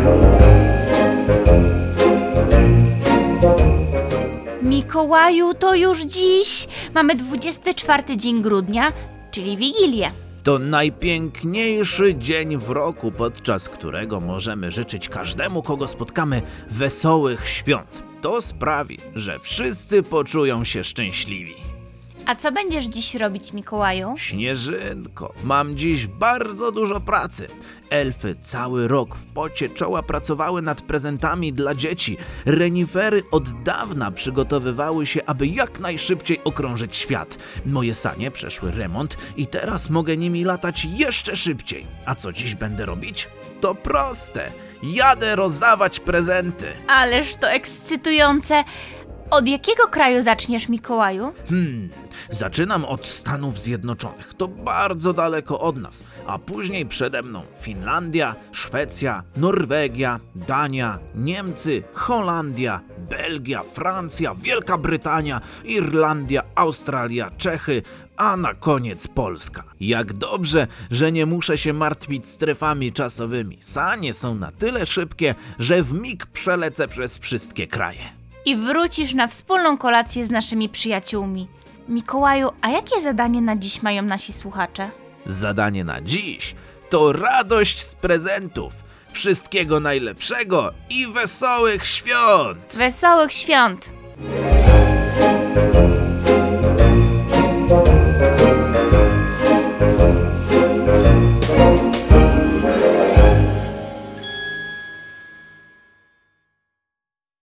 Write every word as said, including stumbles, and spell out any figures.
Mikołaju, to już dziś. Mamy dwudziesty czwarty dzień grudnia, czyli Wigilię. To najpiękniejszy dzień w roku, podczas którego możemy życzyć każdemu, kogo spotkamy, wesołych świąt. To sprawi, że wszyscy poczują się szczęśliwi. A co będziesz dziś robić, Mikołaju? Śnieżynko, mam dziś bardzo dużo pracy. Elfy cały rok w pocie czoła pracowały nad prezentami dla dzieci. Renifery od dawna przygotowywały się, aby jak najszybciej okrążyć świat. Moje sanie przeszły remont i teraz mogę nimi latać jeszcze szybciej. A co dziś będę robić? To proste. Jadę rozdawać prezenty. Ależ to ekscytujące. Od jakiego kraju zaczniesz, Mikołaju? Hmm, zaczynam od Stanów Zjednoczonych. To bardzo daleko od nas. A później przede mną Finlandia, Szwecja, Norwegia, Dania, Niemcy, Holandia, Belgia, Francja, Wielka Brytania, Irlandia, Australia, Czechy, a na koniec Polska. Jak dobrze, że nie muszę się martwić strefami czasowymi. Sanie są na tyle szybkie, że w mig przelecę przez wszystkie kraje. I wrócisz na wspólną kolację z naszymi przyjaciółmi. Mikołaju, a jakie zadanie na dziś mają nasi słuchacze? Zadanie na dziś to radość z prezentów. Wszystkiego najlepszego i wesołych świąt! Wesołych świąt!